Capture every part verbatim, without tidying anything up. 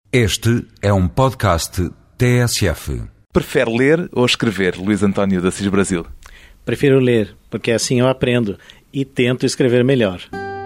Este é um podcast T S F. Prefere ler ou escrever, Luís António de Assis Brasil? Prefiro ler, porque assim eu aprendo e tento escrever melhor.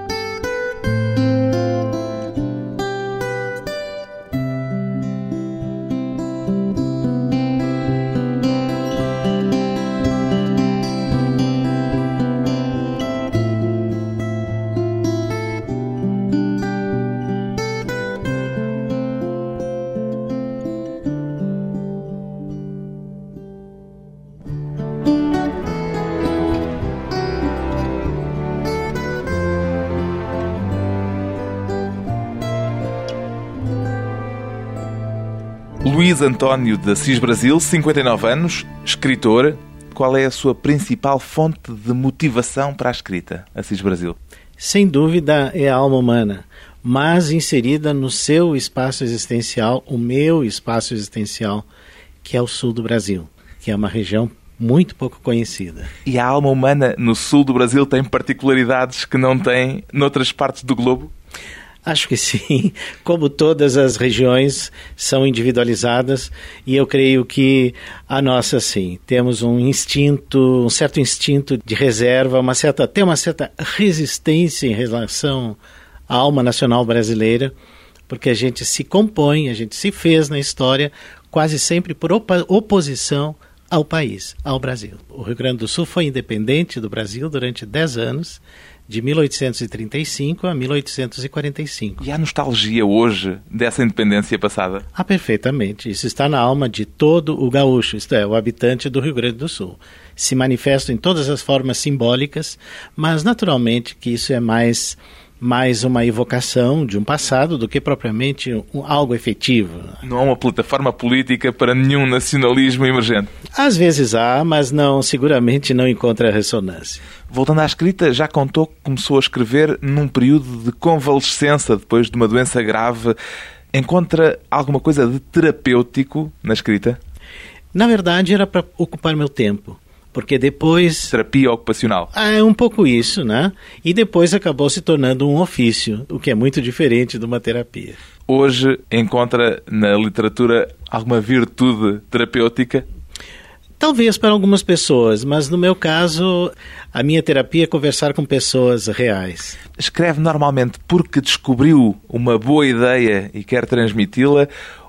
Luís António de Assis Brasil, cinquenta e nove anos, escritor. Qual é a sua principal fonte de motivação para a escrita, Assis Brasil? Sem dúvida é a alma humana, mas inserida no seu espaço existencial, o meu espaço existencial, que é o sul do Brasil, que é uma região muito pouco conhecida. E a alma humana no sul do Brasil tem particularidades que não tem noutras partes do globo? Acho que sim, como todas as regiões são individualizadas, e eu creio que a nossa sim, temos um instinto, um certo instinto de reserva, uma certa, até uma certa resistência em relação à alma nacional brasileira, porque a gente se compõe, a gente se fez na história quase sempre por opa- oposição ao país, ao Brasil. O Rio Grande do Sul foi independente do Brasil durante dez anos, de mil oitocentos e trinta e cinco a mil oitocentos e quarenta e cinco. E há nostalgia hoje dessa independência passada? Ah, perfeitamente. Isso está na alma de todo o gaúcho, isto é, o habitante do Rio Grande do Sul. Se manifesta em todas as formas simbólicas, mas naturalmente que isso é mais, mais uma evocação de um passado do que propriamente um, algo efetivo. Não há uma plataforma política para nenhum nacionalismo emergente? Às vezes há, mas não, seguramente não encontra ressonância. Voltando à escrita, já contou que começou a escrever num período de convalescença depois de uma doença grave. Encontra alguma coisa de terapêutico na escrita? Na verdade, era para ocupar meu tempo, porque depois... Terapia ocupacional. Ah, é um pouco isso, né? E depois acabou se tornando um ofício, o que é muito diferente de uma terapia. Hoje encontra na literatura alguma virtude terapêutica? Talvez para algumas pessoas, mas no meu caso, a minha terapia é conversar com pessoas reais. Escreve normalmente porque descobriu uma boa ideia e quer transmiti-la,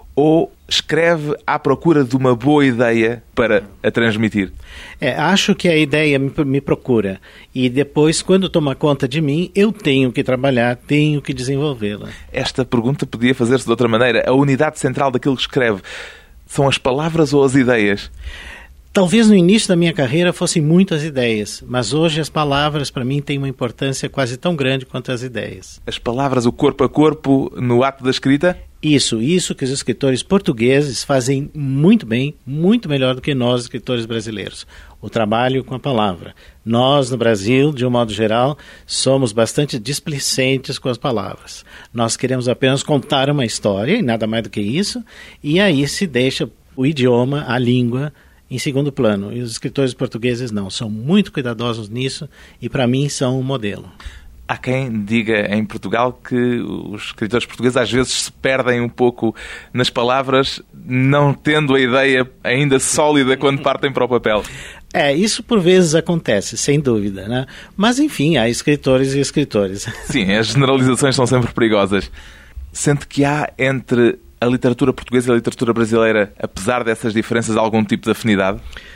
ou escreve à procura de uma boa ideia para a transmitir? É, acho que a ideia me, me procura, e depois, quando toma conta de mim, eu tenho que trabalhar, tenho que desenvolvê-la. Esta pergunta podia fazer-se de outra maneira. A unidade central daquilo que escreve são as palavras ou as ideias? Talvez no início da minha carreira fossem muitas ideias, mas hoje as palavras para mim têm uma importância quase tão grande quanto as ideias. As palavras, o corpo a corpo, no ato da escrita? Isso, isso que os escritores portugueses fazem muito bem, muito melhor do que nós, escritores brasileiros. O trabalho com a palavra. Nós, no Brasil, de um modo geral, somos bastante displicentes com as palavras. Nós queremos apenas contar uma história, e nada mais do que isso, e aí se deixa o idioma, a língua, em segundo plano. E os escritores portugueses não, são muito cuidadosos nisso e para mim são um modelo. Há quem diga em Portugal que os escritores portugueses às vezes se perdem um pouco nas palavras, não tendo a ideia ainda sólida quando partem para o papel. É, isso por vezes acontece, sem dúvida, né? Mas enfim, há escritores e escritores. Sim, as generalizações são sempre perigosas. Sente que há entre a literatura portuguesa e a literatura brasileira, apesar dessas diferenças, algum tipo de afinidade?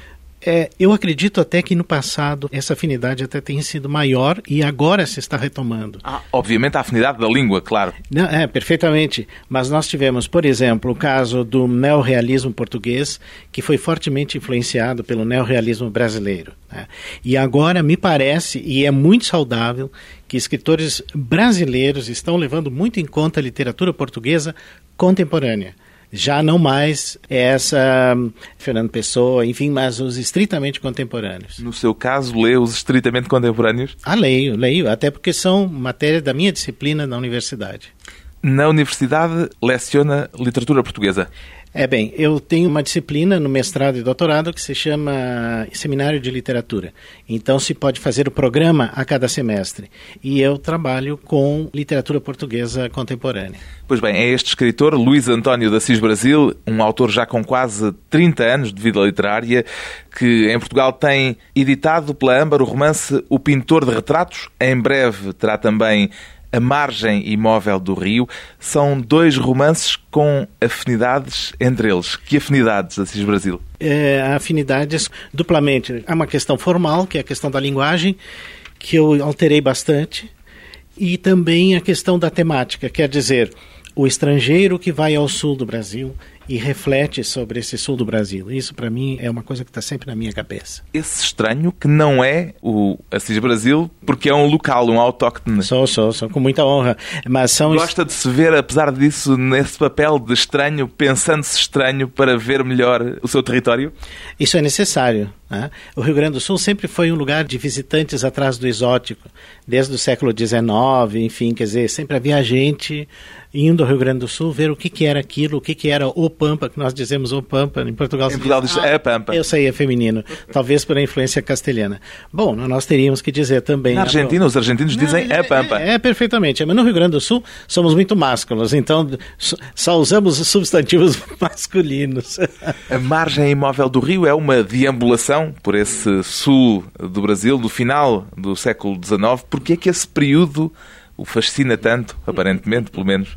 É, eu acredito até que no passado essa afinidade até tenha sido maior e agora se está retomando. Ah, obviamente a afinidade da língua, claro. Não, é, perfeitamente. Mas nós tivemos, por exemplo, o caso do neorrealismo português, que foi fortemente influenciado pelo neorrealismo brasileiro, né? E agora me parece, e é muito saudável, que escritores brasileiros estão levando muito em conta a literatura portuguesa contemporânea. Já não mais essa Fernando Pessoa, enfim, mas os estritamente contemporâneos. No seu caso, lê os estritamente contemporâneos? Ah, leio, leio, até porque são matéria da minha disciplina na universidade. Na universidade leciona literatura portuguesa. É bem, eu tenho uma disciplina no mestrado e doutorado que se chama Seminário de Literatura. Então se pode fazer o programa a cada semestre. E eu trabalho com literatura portuguesa contemporânea. Pois bem, é este escritor, Luís António de Assis Brasil, um autor já com quase trinta anos de vida literária, que em Portugal tem editado pela Âmbar o romance O Pintor de Retratos. Em breve terá também A Margem Imóvel do Rio. São dois romances com afinidades entre eles. Que afinidades, Assis Brasil? É, afinidades duplamente. Há uma questão formal, que é a questão da linguagem, que eu alterei bastante, e também a questão da temática, quer dizer, o estrangeiro que vai ao sul do Brasil e reflete sobre esse sul do Brasil. Isso, para mim, é uma coisa que está sempre na minha cabeça. Esse estranho que não é o Assis Brasil, porque é um local, um autóctone. Sou, sou, sou, com muita honra. Mas são... Gosta de se ver, apesar disso, nesse papel de estranho, pensando-se estranho para ver melhor o seu território? Isso é necessário, né? O Rio Grande do Sul sempre foi um lugar de visitantes atrás do exótico, desde o século dezenove, enfim, quer dizer, sempre havia gente indo ao Rio Grande do Sul ver o que, que era aquilo, o que, que era o Pampa, que nós dizemos o Pampa, em Portugal... Em Portugal diz é Pampa. Eu sei, é feminino, talvez por influência castelhana. Bom, nós teríamos que dizer também... Na Argentina, os argentinos dizem é Pampa. É, é, perfeitamente, mas no Rio Grande do Sul somos muito másculos, então só usamos os substantivos masculinos. A Margem Imóvel do Rio é uma deambulação por esse sul do Brasil, do final do século dezenove. Porquê é que esse período o fascina tanto, aparentemente, pelo menos?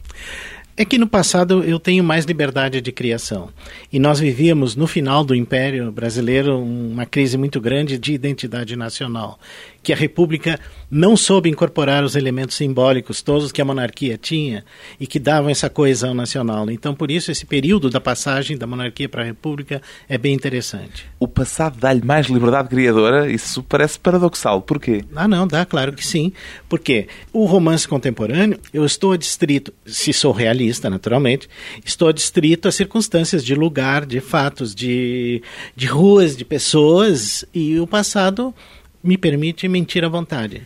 É que no passado eu tenho mais liberdade de criação. E nós vivíamos, no final do Império Brasileiro, uma crise muito grande de identidade nacional, que a República não soube incorporar os elementos simbólicos todos que a monarquia tinha e que davam essa coesão nacional. Então, por isso, esse período da passagem da monarquia para a República é bem interessante. O passado dá-lhe mais liberdade criadora? Isso parece paradoxal. Porquê? Ah, não, dá, claro que sim. Porque o romance contemporâneo, eu estou adstrito, se sou realista, naturalmente, estou adstrito a circunstâncias de lugar, de fatos, de, de ruas, de pessoas, e o passado me permite mentir à vontade.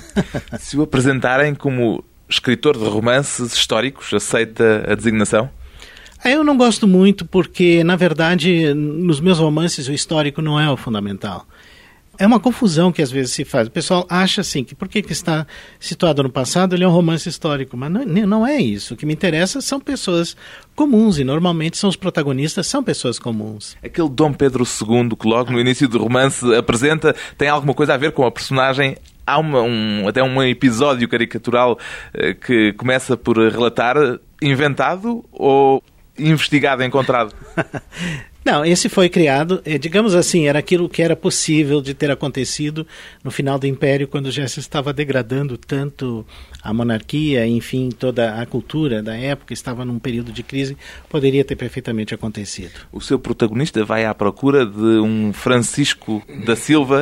Se o apresentarem como escritor de romances históricos, aceita a designação? Eu não gosto muito porque, na verdade, nos meus romances o histórico não é o fundamental. É uma confusão que às vezes se faz. O pessoal acha assim, que porque que está situado no passado, ele é um romance histórico. Mas não, não é isso. O que me interessa são pessoas comuns, e normalmente são os protagonistas, são pessoas comuns. Aquele Dom Pedro segundo, que logo no início do romance apresenta, tem alguma coisa a ver com a personagem? Há uma, um, até um episódio caricatural eh, que começa por relatar inventado ou investigado, encontrado? Não, esse foi criado, digamos assim, era aquilo que era possível de ter acontecido no final do Império, quando já se estava degradando tanto a monarquia, enfim, toda a cultura da época estava num período de crise, poderia ter perfeitamente acontecido. O seu protagonista vai à procura de um Francisco da Silva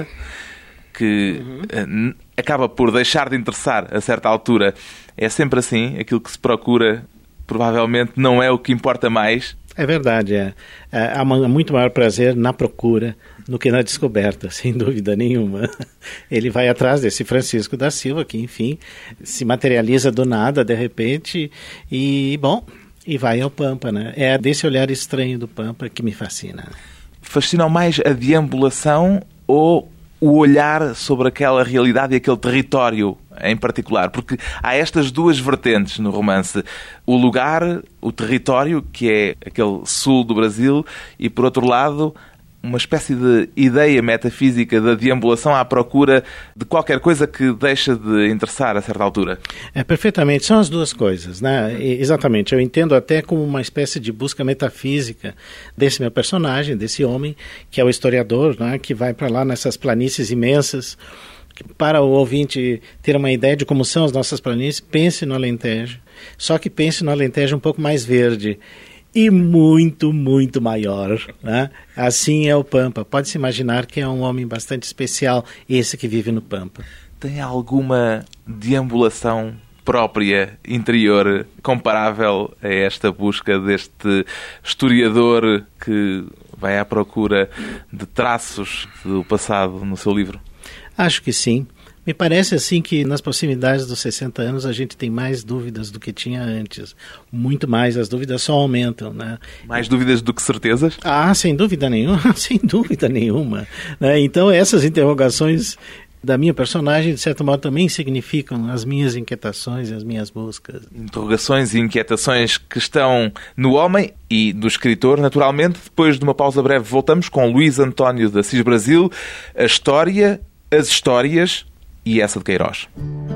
que uhum. acaba por deixar de interessar a certa altura. É sempre assim, aquilo que se procura provavelmente não é o que importa mais. É verdade, é. Há muito maior prazer na procura do que na descoberta, sem dúvida nenhuma. Ele vai atrás desse Francisco da Silva, que, enfim, se materializa do nada, de repente, e, bom, e vai ao Pampa, né? É desse olhar estranho do Pampa que me fascina. Fascina mais a deambulação ou o olhar sobre aquela realidade e aquele território em particular? Porque há estas duas vertentes no romance. O lugar, o território, que é aquele sul do Brasil, e, por outro lado, uma espécie de ideia metafísica da deambulação à procura de qualquer coisa que deixa de interessar a certa altura. É, perfeitamente. São as duas coisas, né? E, exatamente. Eu entendo até como uma espécie de busca metafísica desse meu personagem, desse homem, que é o historiador, né? Que vai para lá nessas planícies imensas. Para o ouvinte ter uma ideia de como são as nossas planícies, pense no Alentejo. Só que pense no Alentejo um pouco mais verde. E muito, muito maior, né? Assim é o Pampa. Pode-se imaginar que é um homem bastante especial, esse que vive no Pampa. Tem alguma deambulação própria, interior, comparável a esta busca deste historiador que vai à procura de traços do passado no seu livro? Acho que sim, Me parece assim que nas proximidades dos sessenta anos a gente tem mais dúvidas do que tinha antes. Muito mais, as dúvidas só aumentam, né? Mais dúvidas do que certezas? Ah, sem dúvida nenhuma, sem dúvida nenhuma. Né? Então essas interrogações da minha personagem, de certo modo, também significam as minhas inquietações e as minhas buscas. Interrogações e inquietações que estão no homem e do escritor, naturalmente. Depois de uma pausa breve, voltamos com Luís António de Assis Brasil, a história, as histórias e essa de Queiroz.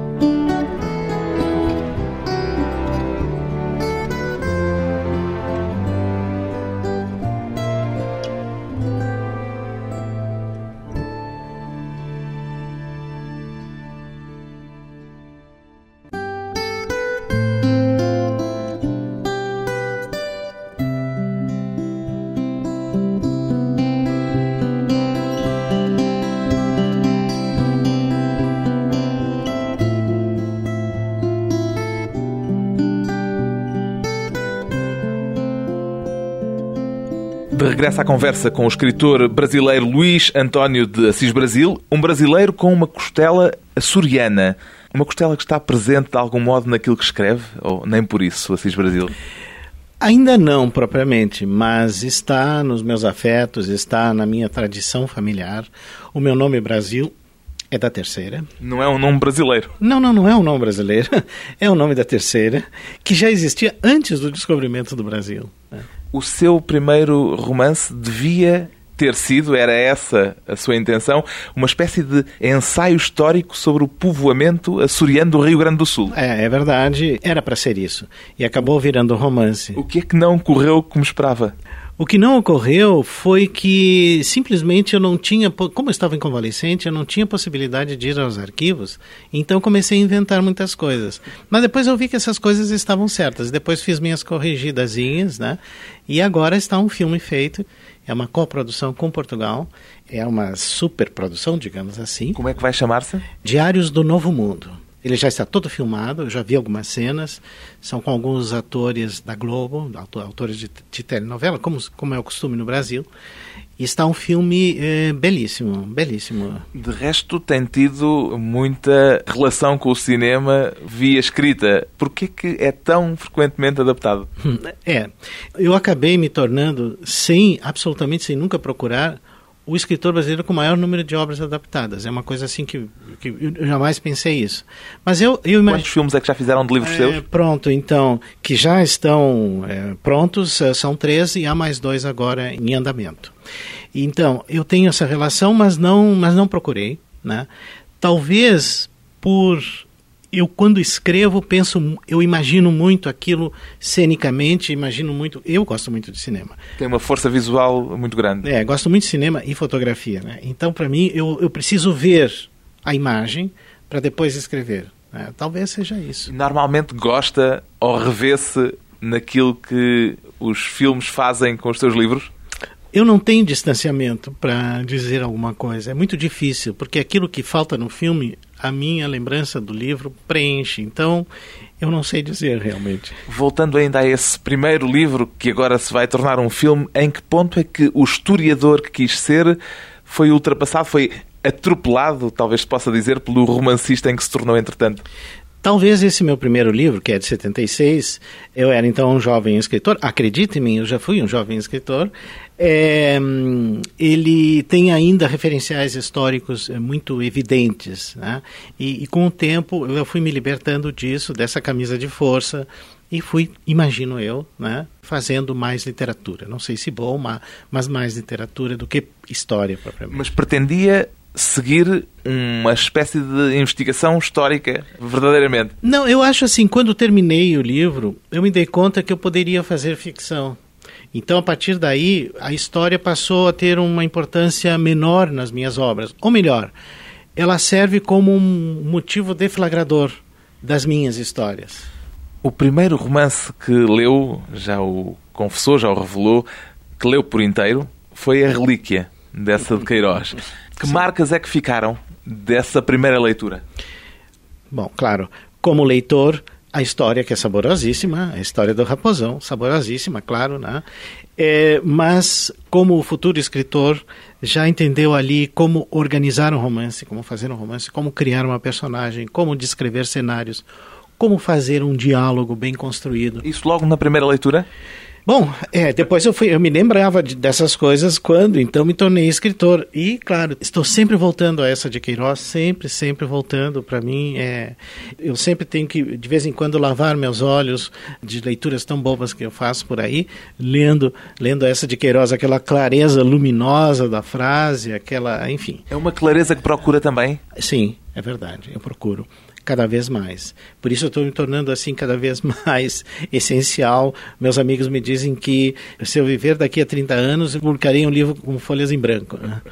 De regresso à conversa com o escritor brasileiro Luís António de Assis Brasil, um brasileiro com uma costela açoriana. Uma costela que está presente de algum modo naquilo que escreve? Ou nem por isso, Assis Brasil? Ainda não, propriamente, mas está nos meus afetos, está na minha tradição familiar. O meu nome Brasil é da Terceira. Não é um nome brasileiro? Não, não, não é um nome brasileiro. É o nome da Terceira, que já existia antes do descobrimento do Brasil. O seu primeiro romance devia ter sido, era essa a sua intenção, uma espécie de ensaio histórico sobre o povoamento açoriano do Rio Grande do Sul. É, é verdade, era para ser isso. E acabou virando um romance. O que é que não correu como esperava? O que não ocorreu foi que simplesmente eu não tinha, como eu estava em convalescente, eu não tinha possibilidade de ir aos arquivos, então comecei a inventar muitas coisas. Mas depois eu vi que essas coisas estavam certas, depois fiz minhas corrigidazinhas, né? E agora está um filme feito, é uma coprodução com Portugal, é uma superprodução, digamos assim. Como é que vai chamar-se? Diários do Novo Mundo. Ele já está todo filmado, eu já vi algumas cenas, são com alguns atores da Globo, autores de, de telenovela, como, como é o costume no Brasil. E está um filme é, belíssimo, belíssimo. De resto, tem tido muita relação com o cinema via escrita. Por que que é tão frequentemente adaptado? É, eu acabei me tornando, sem, absolutamente sem nunca procurar, o escritor brasileiro com o maior número de obras adaptadas. É uma coisa assim que, que eu jamais pensei isso. Mas eu, eu imagino... Quantos filmes é que já fizeram de livros é, seus? Pronto, então, que já estão é, prontos, são três e há mais dois agora em andamento. Então, eu tenho essa relação, mas não, mas não procurei, né? Talvez por... Eu, quando escrevo, penso, eu imagino muito aquilo cenicamente, imagino muito... Eu gosto muito de cinema. Tem uma força visual muito grande. É, gosto muito de cinema e fotografia, né? Então, para mim, eu, eu preciso ver a imagem para depois escrever. Né? Talvez seja isso. Normalmente gosta ou revê-se naquilo que os filmes fazem com os seus livros? Eu não tenho distanciamento para dizer alguma coisa. É muito difícil, porque aquilo que falta no filme, a minha lembrança do livro preenche. Então, eu não sei dizer realmente. Voltando ainda a esse primeiro livro, que agora se vai tornar um filme, em que ponto é que o historiador que quis ser foi ultrapassado, foi atropelado, talvez se possa dizer, pelo romancista em que se tornou entretanto? Talvez esse meu primeiro livro, que é de setenta e seis, eu era então um jovem escritor, acredite em mim, eu já fui um jovem escritor, é, ele tem ainda referenciais históricos muito evidentes, né? e, e com o tempo eu fui me libertando disso, dessa camisa de força, e fui, imagino eu, né, fazendo mais literatura. Não sei se bom, mas mais literatura do que história propriamente. Mas pretendia seguir uma espécie de investigação histórica, verdadeiramente? Não, eu acho assim, quando terminei o livro, eu me dei conta que eu poderia fazer ficção. Então, a partir daí, a história passou a ter uma importância menor nas minhas obras. Ou melhor, ela serve como um motivo deflagrador das minhas histórias. O primeiro romance que leu, já o confessou, já o revelou, que leu por inteiro, foi A Relíquia, dessa de Queiroz. Que Sim. marcas é que ficaram dessa primeira leitura? Bom, claro, como leitor, a história que é saborosíssima, a história do Raposão, saborosíssima, claro, né? É, mas como o futuro escritor já entendeu ali como organizar um romance, como fazer um romance, como criar uma personagem, como descrever cenários, como fazer um diálogo bem construído. Isso logo na primeira leitura? Bom, é, depois eu, fui, eu me lembrava de, dessas coisas quando, então, me tornei escritor. E, claro, estou sempre voltando a essa de Queiroz, sempre, sempre voltando. Para mim, é, eu sempre tenho que, de vez em quando, lavar meus olhos de leituras tão bobas que eu faço por aí, lendo, lendo essa de Queiroz, aquela clareza luminosa da frase, aquela, enfim. É uma clareza que procura também? Sim, é verdade, eu procuro. Cada vez mais. Por isso eu estou me tornando assim cada vez mais essencial. Meus amigos me dizem que se eu viver daqui a trinta anos, eu publicarei um livro com folhas em branco. Né?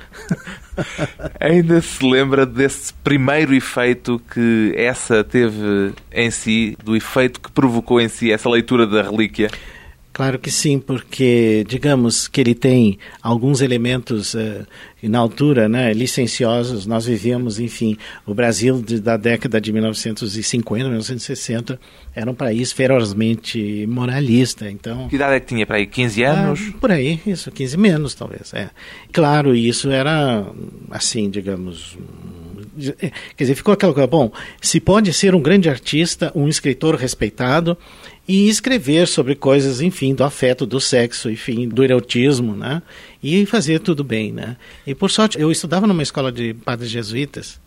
Ainda se lembra desse primeiro efeito que essa teve em si, do efeito que provocou em si essa leitura da Relíquia? Claro que sim, porque, digamos, que ele tem alguns elementos, uh, na altura, né, licenciosos. Nós vivíamos, enfim, o Brasil de, da década de mil novecentos e cinquenta, mil novecentos e sessenta, era um país ferozmente moralista. Então, que idade é que tinha para aí? quinze anos? Ah, por aí, isso, quinze menos, talvez. É. Claro, isso era, assim, digamos... Quer dizer, ficou aquela coisa, bom, se pode ser um grande artista, um escritor respeitado e escrever sobre coisas, enfim, do afeto, do sexo, enfim, do erotismo, né? E fazer tudo bem, né? E por sorte, eu estudava numa escola de padres jesuítas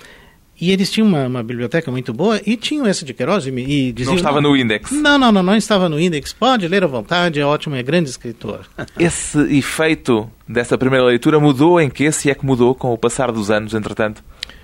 e eles tinham uma, uma biblioteca muito boa e tinham essa de Queiroz e, e diziam... Não estava não, no índex? Não, não, não, não estava no índex. Pode ler à vontade, é ótimo, é grande escritor. Esse efeito dessa primeira leitura mudou em quê? Se é que mudou com o passar dos anos, entretanto?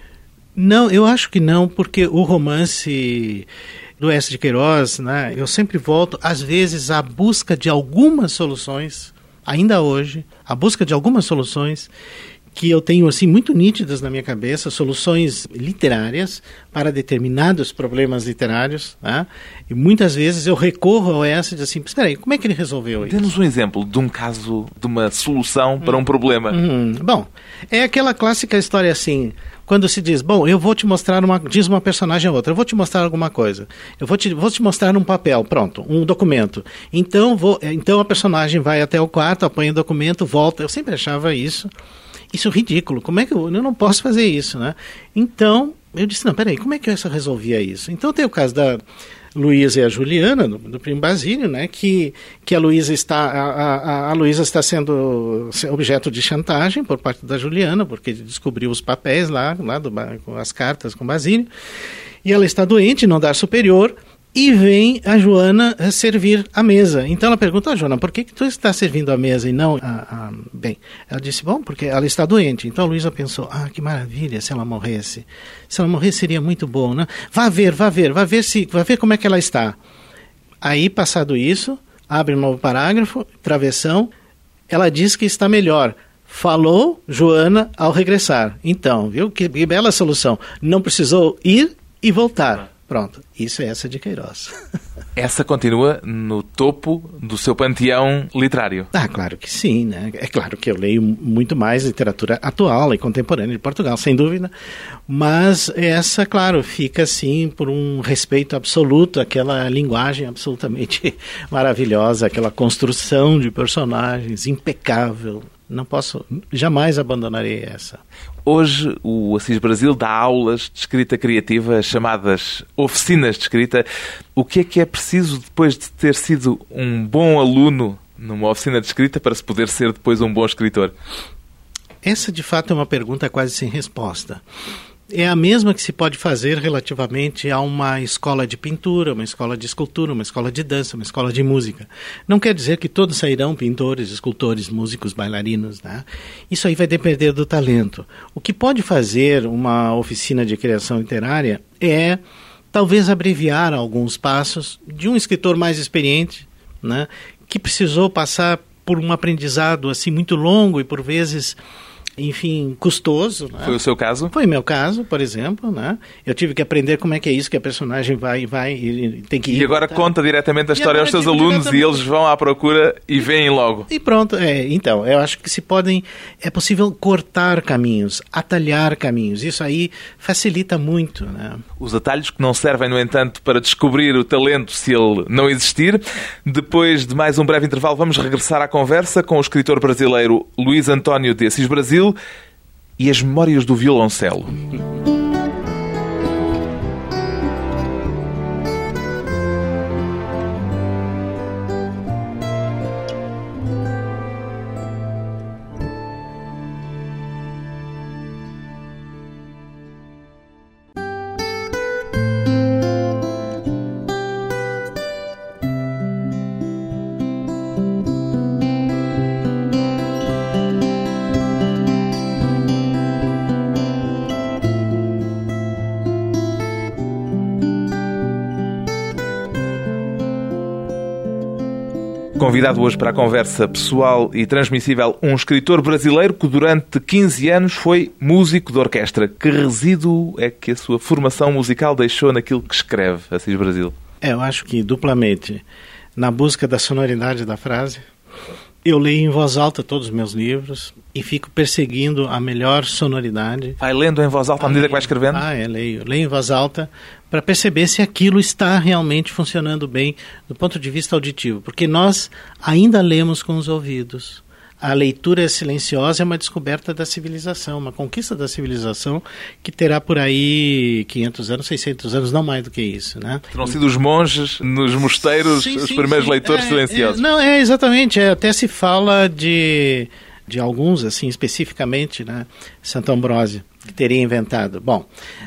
Não, eu acho que não, porque o romance do S. de Queiroz, né, eu sempre volto, às vezes, à busca de algumas soluções, ainda hoje, a busca de algumas soluções que eu tenho assim muito nítidas na minha cabeça, soluções literárias para determinados problemas literários, né? E muitas vezes eu recorro ao S e digo assim, espera aí, como é que ele resolveu isso? Dê-nos um exemplo de um caso, de uma solução para um problema. Hum, bom, é aquela clássica história assim, quando se diz, bom, eu vou te mostrar uma, diz uma personagem a outra, eu vou te mostrar alguma coisa, eu vou te, vou te mostrar um papel, pronto, um documento. Então, vou, então a personagem vai até o quarto, apanha o documento, volta. Eu sempre achava isso, isso é ridículo, como é que eu, eu não posso fazer isso, né? Então, eu disse, não, peraí, como é que eu resolvia isso? Então tem o caso da Luísa e a Juliana, do, do primo Basílio, né, que, que a Luísa está, a, a, a Luísa está sendo objeto de chantagem por parte da Juliana, porque descobriu os papéis lá, lá do, com as cartas com Basílio, e ela está doente, não dá superior, e vem a Joana servir a mesa. Então ela pergunta a Joana, por que, que tu está servindo a mesa e não a, a... Bem, ela disse, bom, porque ela está doente. Então a Luísa pensou, ah, que maravilha se ela morresse. Se ela morresse seria muito bom, né? Vá ver, vá ver, vá ver, se, vá ver como é que ela está. Aí, passado isso, abre um novo parágrafo, travessão, ela diz que está melhor. Falou Joana ao regressar. Então, viu, que, que bela solução. Não precisou ir e voltar. Pronto, isso é essa de Queiroz. Essa continua no topo do seu panteão literário? Ah, claro que sim, né? É claro que eu leio muito mais literatura atual e contemporânea de Portugal, sem dúvida, mas essa, claro, fica assim por um respeito absoluto àquela linguagem absolutamente maravilhosa, aquela construção de personagens impecável. Não posso, jamais abandonarei essa. Hoje o Assis Brasil dá aulas de escrita criativa chamadas oficinas de escrita. O que é que é preciso depois de ter sido um bom aluno numa oficina de escrita para se poder ser depois um bom escritor? Essa de fato é uma pergunta quase sem resposta. É a mesma que se pode fazer relativamente a uma escola de pintura, uma escola de escultura, uma escola de dança, uma escola de música. Não quer dizer que todos sairão pintores, escultores, músicos, bailarinos, né? Isso aí vai depender do talento. O que pode fazer uma oficina de criação literária é talvez abreviar alguns passos de um escritor mais experiente, né? Que precisou passar por um aprendizado assim muito longo e por vezes... enfim, custoso. Né? Foi o seu caso? Foi o meu caso, por exemplo. Né? Eu tive que aprender como é que é isso que a personagem vai, vai e tem que ir. E agora tá? Conta diretamente a história aos seus alunos e eles vão à procura e veem logo. E pronto. É, então, eu acho que se podem... É possível cortar caminhos, atalhar caminhos. Isso aí facilita muito. Né? Os atalhos que não servem, no entanto, para descobrir o talento se ele não existir. Depois de mais um breve intervalo, vamos regressar à conversa com o escritor brasileiro Luís António de Assis Brasil e as memórias do violoncelo. Convidado hoje para a conversa pessoal e transmissível, um escritor brasileiro que durante quinze anos foi músico de orquestra. Que resíduo é que a sua formação musical deixou naquilo que escreve, Assis Brasil? É, eu acho que duplamente. Na busca da sonoridade da frase, eu leio em voz alta todos os meus livros e fico perseguindo a melhor sonoridade. Vai lendo em voz alta à medida que vai escrevendo? Ah, é, leio. Leio em voz alta para perceber se aquilo está realmente funcionando bem do ponto de vista auditivo. Porque nós ainda lemos com os ouvidos. A leitura silenciosa é uma descoberta da civilização, uma conquista da civilização que terá por aí quinhentos anos, seiscentos anos, não mais do que isso, né? Terão sido os monges nos mosteiros, sim, os sim, primeiros sim. leitores é, silenciosos. É, não, é exatamente, é, até se fala de, de alguns, assim, especificamente, né? Santo Ambrósio, que teria inventado. Bom,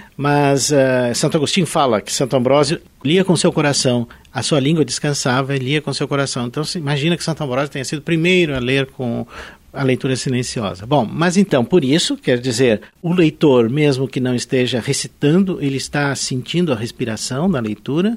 mas uh, Santo Agostinho fala que Santo Ambrósio lia com seu coração, a sua língua descansava e lia com seu coração. Então, se imagina que Santo Ambrósio tenha sido o primeiro a ler com a leitura silenciosa. Bom, mas então, por isso, quer dizer, o leitor, mesmo que não esteja recitando, ele está sentindo a respiração da leitura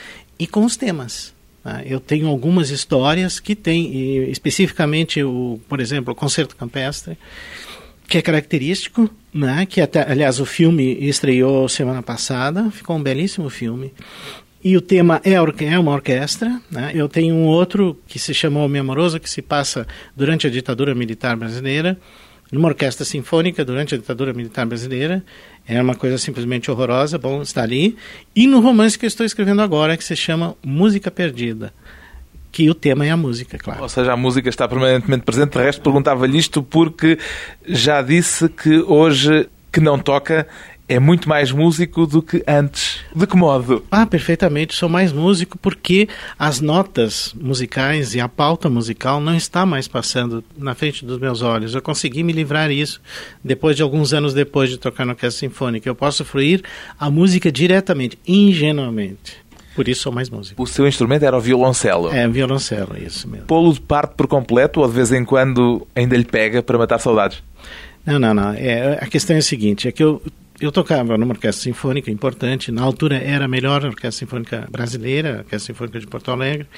e com os temas. Tá? Eu tenho algumas histórias que têm, especificamente, o, por exemplo, o Concerto Campestre, que é característico, né? Que até, aliás, o filme estreou semana passada, ficou um belíssimo filme. E o tema é, é uma orquestra, né? Eu tenho um outro que se chama Homem Amoroso, que se passa durante a ditadura militar brasileira, numa orquestra sinfônica durante a ditadura militar brasileira. É uma coisa simplesmente horrorosa, bom, está ali. E no romance que eu estou escrevendo agora, que se chama Música Perdida, que o tema é a música, claro. Ou seja, a música está permanentemente presente. De resto, perguntava-lhe isto porque já disse que hoje, que não toca, é muito mais músico do que antes. De que modo? Ah, perfeitamente. Sou mais músico porque as notas musicais e a pauta musical não está mais passando na frente dos meus olhos. Eu consegui me livrar disso depois de alguns anos depois de tocar na orquestra sinfônica. Eu posso fruir a música diretamente, ingenuamente. Por isso sou mais músico. O seu instrumento era o violoncelo? É, violoncelo, isso mesmo. Pô-lo de parte por completo ou de vez em quando ainda lhe pega para matar saudades? Não, não, não. É, a questão é a seguinte, é que eu, eu tocava numa orquestra sinfônica importante, na altura era a melhor orquestra sinfônica brasileira, a Orquestra Sinfônica de Porto Alegre,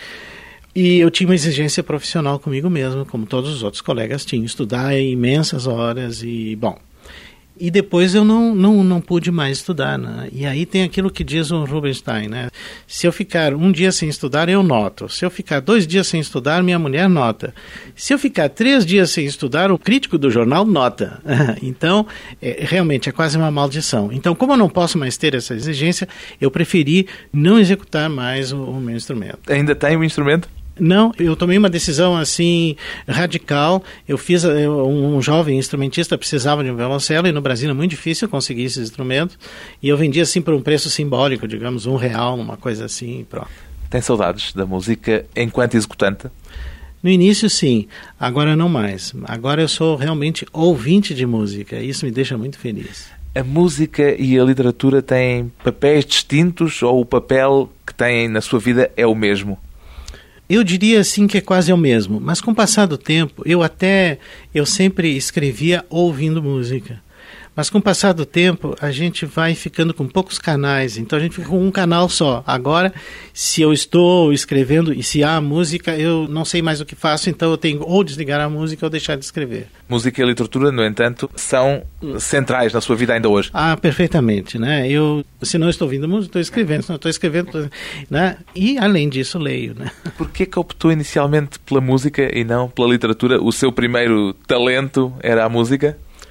e eu tinha uma exigência profissional comigo mesmo, como todos os outros colegas tinham, estudar imensas horas e, bom... E depois eu não, não, não pude mais estudar, né? E aí tem aquilo que diz o Rubinstein, né? Se eu ficar um dia sem estudar, eu noto. Se eu ficar dois dias sem estudar, minha mulher nota. Se eu ficar três dias sem estudar, o crítico do jornal nota. Então, é, realmente, é quase uma maldição. Então, como eu não posso mais ter essa exigência, eu preferi não executar mais o, o meu instrumento. Ainda tem o instrumento? Não, eu tomei uma decisão assim radical. Eu fiz eu, um jovem instrumentista precisava de um violoncelo e no Brasil é muito difícil conseguir esses instrumentos e eu vendia assim por um preço simbólico, digamos um real, uma coisa assim, pronto. Tem saudades da música enquanto executante? No início sim, agora não mais. Agora eu sou realmente ouvinte de música e isso me deixa muito feliz. A música e a literatura têm papéis distintos ou o papel que têm na sua vida é o mesmo? Eu diria assim que é quase o mesmo, mas com o passar do tempo, eu até, eu sempre escrevia ouvindo música. Mas com o passar do tempo, a gente vai ficando com poucos canais, então a gente fica com um canal só. Agora, se eu estou escrevendo e se há música, eu não sei mais o que faço, então eu tenho ou desligar a música ou deixar de escrever. Música e literatura, no entanto, são centrais na sua vida ainda hoje. Ah, perfeitamente, né? Eu, se não estou ouvindo música, estou escrevendo, se não estou escrevendo, estou, né? E, além disso, leio, né? Por que que optou inicialmente pela música e não pela literatura? O seu primeiro talento era a música?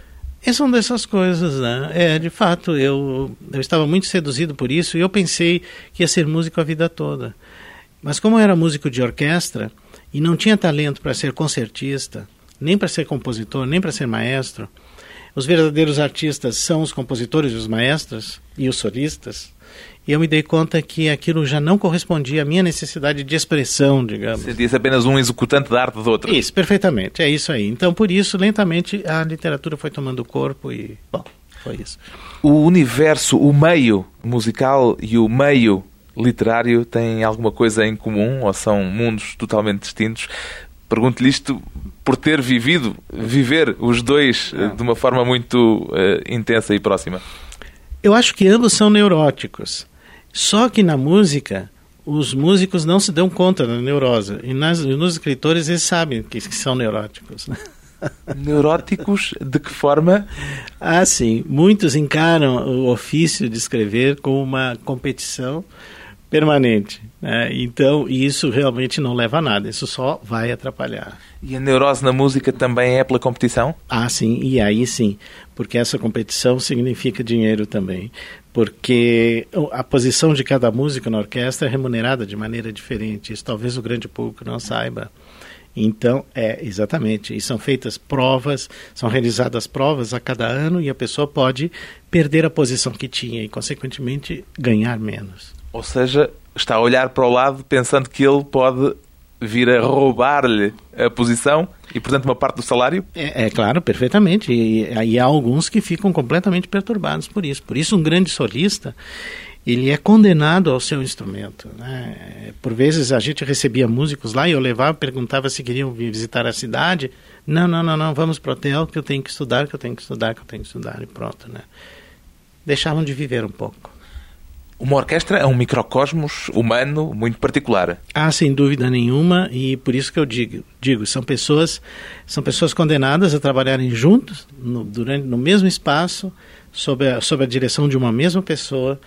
É, são dessas coisas, né? É, de fato, eu, eu estava muito seduzido por isso e eu pensei que ia ser músico a vida toda. Mas como eu era músico de orquestra e não tinha talento para ser concertista, nem para ser compositor, nem para ser maestro, os verdadeiros artistas são os compositores e os maestros e os solistas, e eu me dei conta que aquilo já não correspondia à minha necessidade de expressão, digamos. Você disse apenas um executante da arte do outro. Isso, perfeitamente, é isso aí. Então, por isso, lentamente, a literatura foi tomando corpo e, bom, foi isso. O universo, o meio musical e o meio literário têm alguma coisa em comum ou são mundos totalmente distintos? Pergunto-lhe isto por ter vivido, viver os dois ah. de uma forma muito uh, intensa e próxima. Eu acho que ambos são neuróticos. Só que na música, os músicos não se dão conta da neurose. E nas, nos escritores, eles sabem que, que são neuróticos. Neuróticos? De que forma? Ah, sim. Muitos encaram o ofício de escrever como uma competição permanente. Né? Então, isso realmente não leva a nada. Isso só vai atrapalhar. E a neurose na música também é pela competição? Ah, sim. E aí sim. Porque essa competição significa dinheiro também. Porque a posição de cada músico na orquestra é remunerada de maneira diferente. Isso talvez o grande público não saiba. Então, é, exatamente. E são feitas provas, são realizadas provas a cada ano e a pessoa pode perder a posição que tinha e, consequentemente, ganhar menos. Ou seja, está a olhar para o lado pensando que ele pode vir a roubar-lhe a posição e, portanto, uma parte do salário? É, é claro, perfeitamente. E, e há alguns que ficam completamente perturbados por isso. Por isso, um grande solista, ele é condenado ao seu instrumento. Né? Por vezes, a gente recebia músicos lá e eu levava, perguntava se queriam visitar a cidade. Não, não, não, não, vamos para o hotel que eu tenho que estudar, que eu tenho que estudar, que eu tenho que estudar e pronto. Né? Deixavam de viver um pouco. Uma orquestra é um microcosmos humano muito particular. Ah, sem dúvida nenhuma, e por isso que eu digo, digo são pessoas, são pessoas condenadas a trabalharem juntos, no, durante, no mesmo espaço, sob a, sob a direção de uma mesma pessoa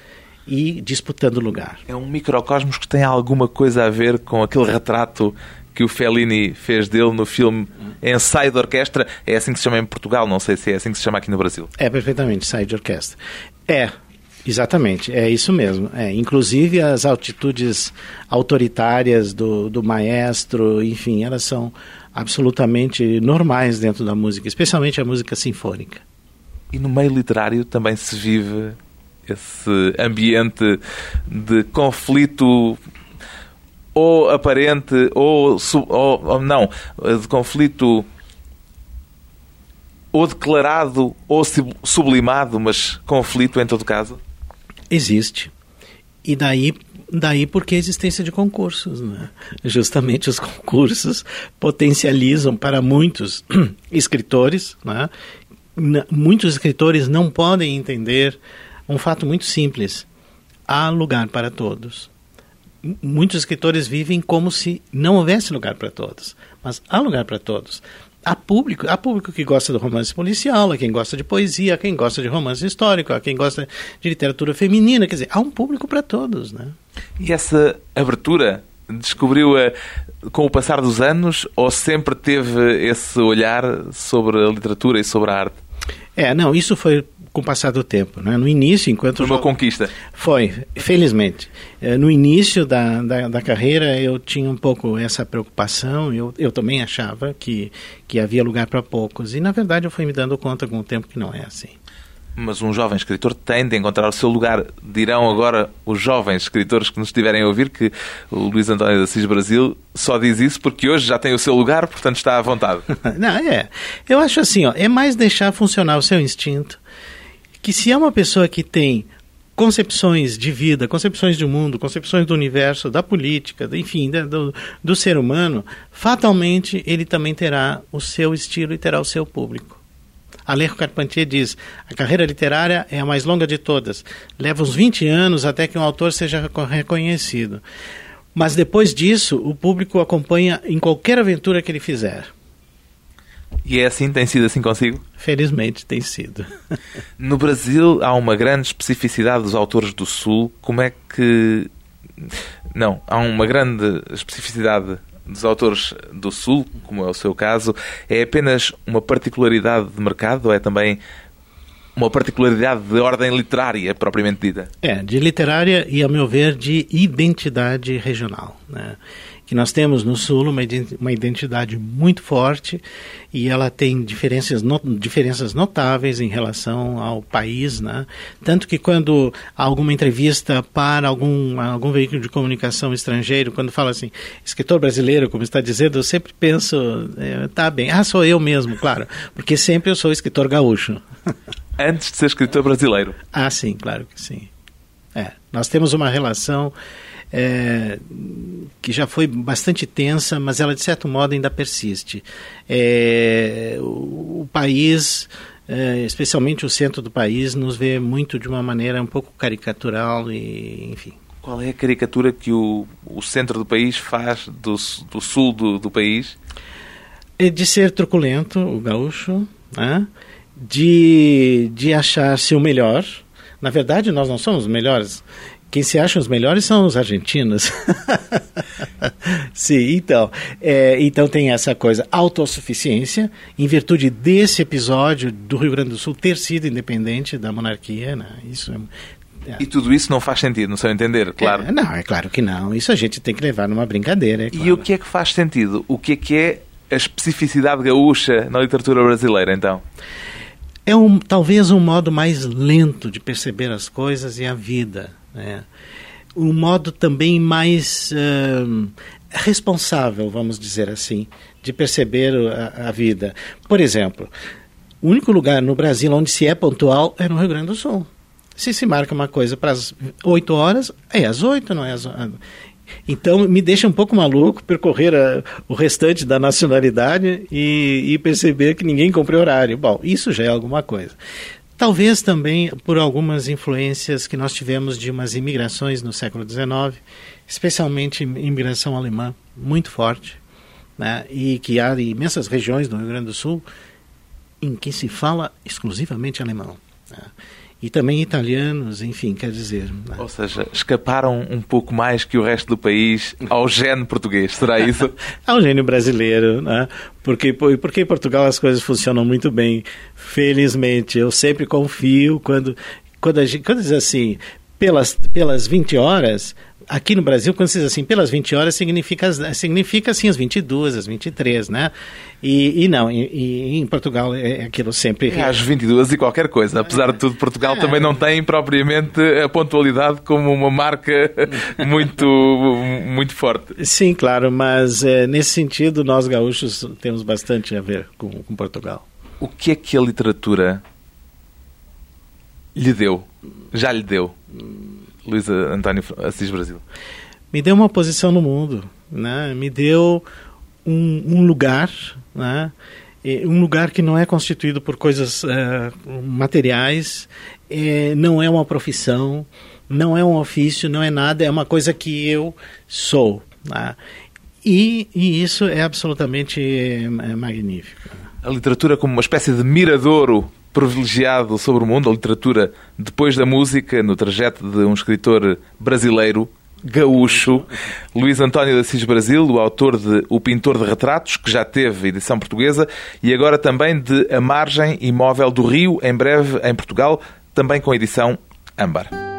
e disputando lugar. É um microcosmos que tem alguma coisa a ver com aquele retrato que o Fellini fez dele no filme Ensaio de Orquestra. É assim que se chama em Portugal, não sei se é assim que se chama aqui no Brasil. É, perfeitamente, Ensaio de Orquestra. É... Exatamente, é isso mesmo. É, inclusive as atitudes autoritárias do, do maestro, enfim, elas são absolutamente normais dentro da música, especialmente a música sinfônica. E no meio literário também se vive esse ambiente de conflito ou aparente ou, ou, ou não, de conflito ou declarado ou sublimado, mas conflito em todo caso? Existe. E daí, daí porque a existência de concursos. Né? Justamente os concursos potencializam para muitos escritores. Né? Muitos escritores não podem entender um fato muito simples. Há lugar para todos. Muitos escritores vivem como se não houvesse lugar para todos. Mas há lugar para todos. Há público, há público que gosta do romance policial, há quem gosta de poesia, há quem gosta de romance histórico, há quem gosta de literatura feminina. Quer dizer, há um público para todos, né? E essa abertura descobriu-a com o passar dos anos ou sempre teve esse olhar sobre a literatura e sobre a arte? É, não, isso foi com o passar do tempo, né? No início, enquanto... Foi uma jo... conquista. Foi, felizmente. No início da, da, da carreira, eu tinha um pouco essa preocupação, eu, eu também achava que, que havia lugar para poucos, e na verdade eu fui me dando conta com o tempo que não é assim. Mas um jovem escritor tem de encontrar o seu lugar. Dirão agora os jovens escritores que nos estiverem a ouvir que o Luís António de Assis Brasil só diz isso porque hoje já tem o seu lugar, portanto está à vontade. Não, é. Eu acho assim, ó, é mais deixar funcionar o seu instinto, que se é uma pessoa que tem concepções de vida, concepções do mundo, concepções do universo, da política, enfim, do, do ser humano, fatalmente ele também terá o seu estilo e terá o seu público. Alejo Carpentier diz, a carreira literária é a mais longa de todas. Leva uns vinte anos até que um autor seja reconhecido. Mas depois disso, o público o acompanha em qualquer aventura que ele fizer. E é assim? Tem sido assim consigo? Felizmente tem sido. No Brasil há uma grande especificidade dos autores do Sul. Como é que... Não, há uma grande especificidade dos autores do Sul, como é o seu caso. É apenas uma particularidade de mercado ou é também uma particularidade de ordem literária, propriamente dita. É, de literária e, a meu ver, de identidade regional, né? Que nós temos no Sul uma, uma identidade muito forte e ela tem diferenças, not, diferenças notáveis em relação ao país, né? Tanto que quando há alguma entrevista para algum, algum veículo de comunicação estrangeiro, quando fala assim, escritor brasileiro, como está dizendo, eu sempre penso, é, tá bem, ah, sou eu mesmo, claro, porque sempre eu sou escritor gaúcho. Antes de ser escritor brasileiro. Ah, sim, claro que sim. É, nós temos uma relação é, que já foi bastante tensa, mas ela de certo modo ainda persiste. É, o, o país, é, especialmente o centro do país, nos vê muito de uma maneira um pouco caricatural e, enfim. Qual é a caricatura que o, o centro do país faz do, do sul do, do país? É de ser truculento, o gaúcho, né? de, de achar-se o melhor. Na verdade, nós não somos os melhores. Quem se acha os melhores são os argentinos. Sim, então, é, então tem essa coisa, autossuficiência, em virtude desse episódio do Rio Grande do Sul ter sido independente da monarquia, né? Isso é, é. E tudo isso não faz sentido, no seu entender, claro. É, não, é claro que não. Isso a gente tem que levar numa brincadeira. É claro. E o que é que faz sentido? O que é que é a especificidade gaúcha na literatura brasileira, então? É um, talvez um modo mais lento de perceber as coisas e a vida, né? Um modo também mais uh, responsável, vamos dizer assim, de perceber a, a vida. Por exemplo, o único lugar no Brasil onde se é pontual é no Rio Grande do Sul. Se se marca uma coisa para as oito horas, é às oito, não é às... Então, me deixa um pouco maluco percorrer a, o restante da nacionalidade e, e perceber que ninguém cumpre horário. Bom, isso já é alguma coisa. Talvez também por algumas influências que nós tivemos de umas imigrações no século dezenove, especialmente imigração alemã, muito forte, né? E que há imensas regiões no Rio Grande do Sul em que se fala exclusivamente alemão, né? E também italianos, enfim, quer dizer... Né? Ou seja, escaparam um pouco mais que o resto do país ao gene português, será isso? Ao gênio brasileiro, né? Porque, porque em Portugal as coisas funcionam muito bem, felizmente. Eu sempre confio quando, quando, a gente, quando diz assim, pelas, pelas vinte horas... Aqui no Brasil, quando se diz assim, pelas vinte horas, significa, significa assim, as vinte e duas, as vinte e três, né? E, e não, e, e em Portugal é aquilo sempre... É às vinte e duas e qualquer coisa. Apesar de tudo, Portugal é. também não tem propriamente a pontualidade como uma marca muito, muito forte. Sim, claro, mas é, nesse sentido, nós gaúchos temos bastante a ver com, com Portugal. O que é que a literatura lhe deu? Já lhe deu? Luís António Assis Brasil. Me deu uma posição no mundo, né? Me deu um, um lugar, né? Um lugar que não é constituído por coisas uh, materiais, é, não é uma profissão, não é um ofício, não é nada, é uma coisa que eu sou, né? E, e isso é absolutamente é, magnífico. A literatura como uma espécie de miradouro privilegiado sobre o mundo, a literatura depois da música, no trajeto de um escritor brasileiro, gaúcho, Luís António de Assis Brasil, o autor de O Pintor de Retratos, que já teve edição portuguesa, e agora também de A Margem Imóvel do Rio, em breve em Portugal, também com edição âmbar.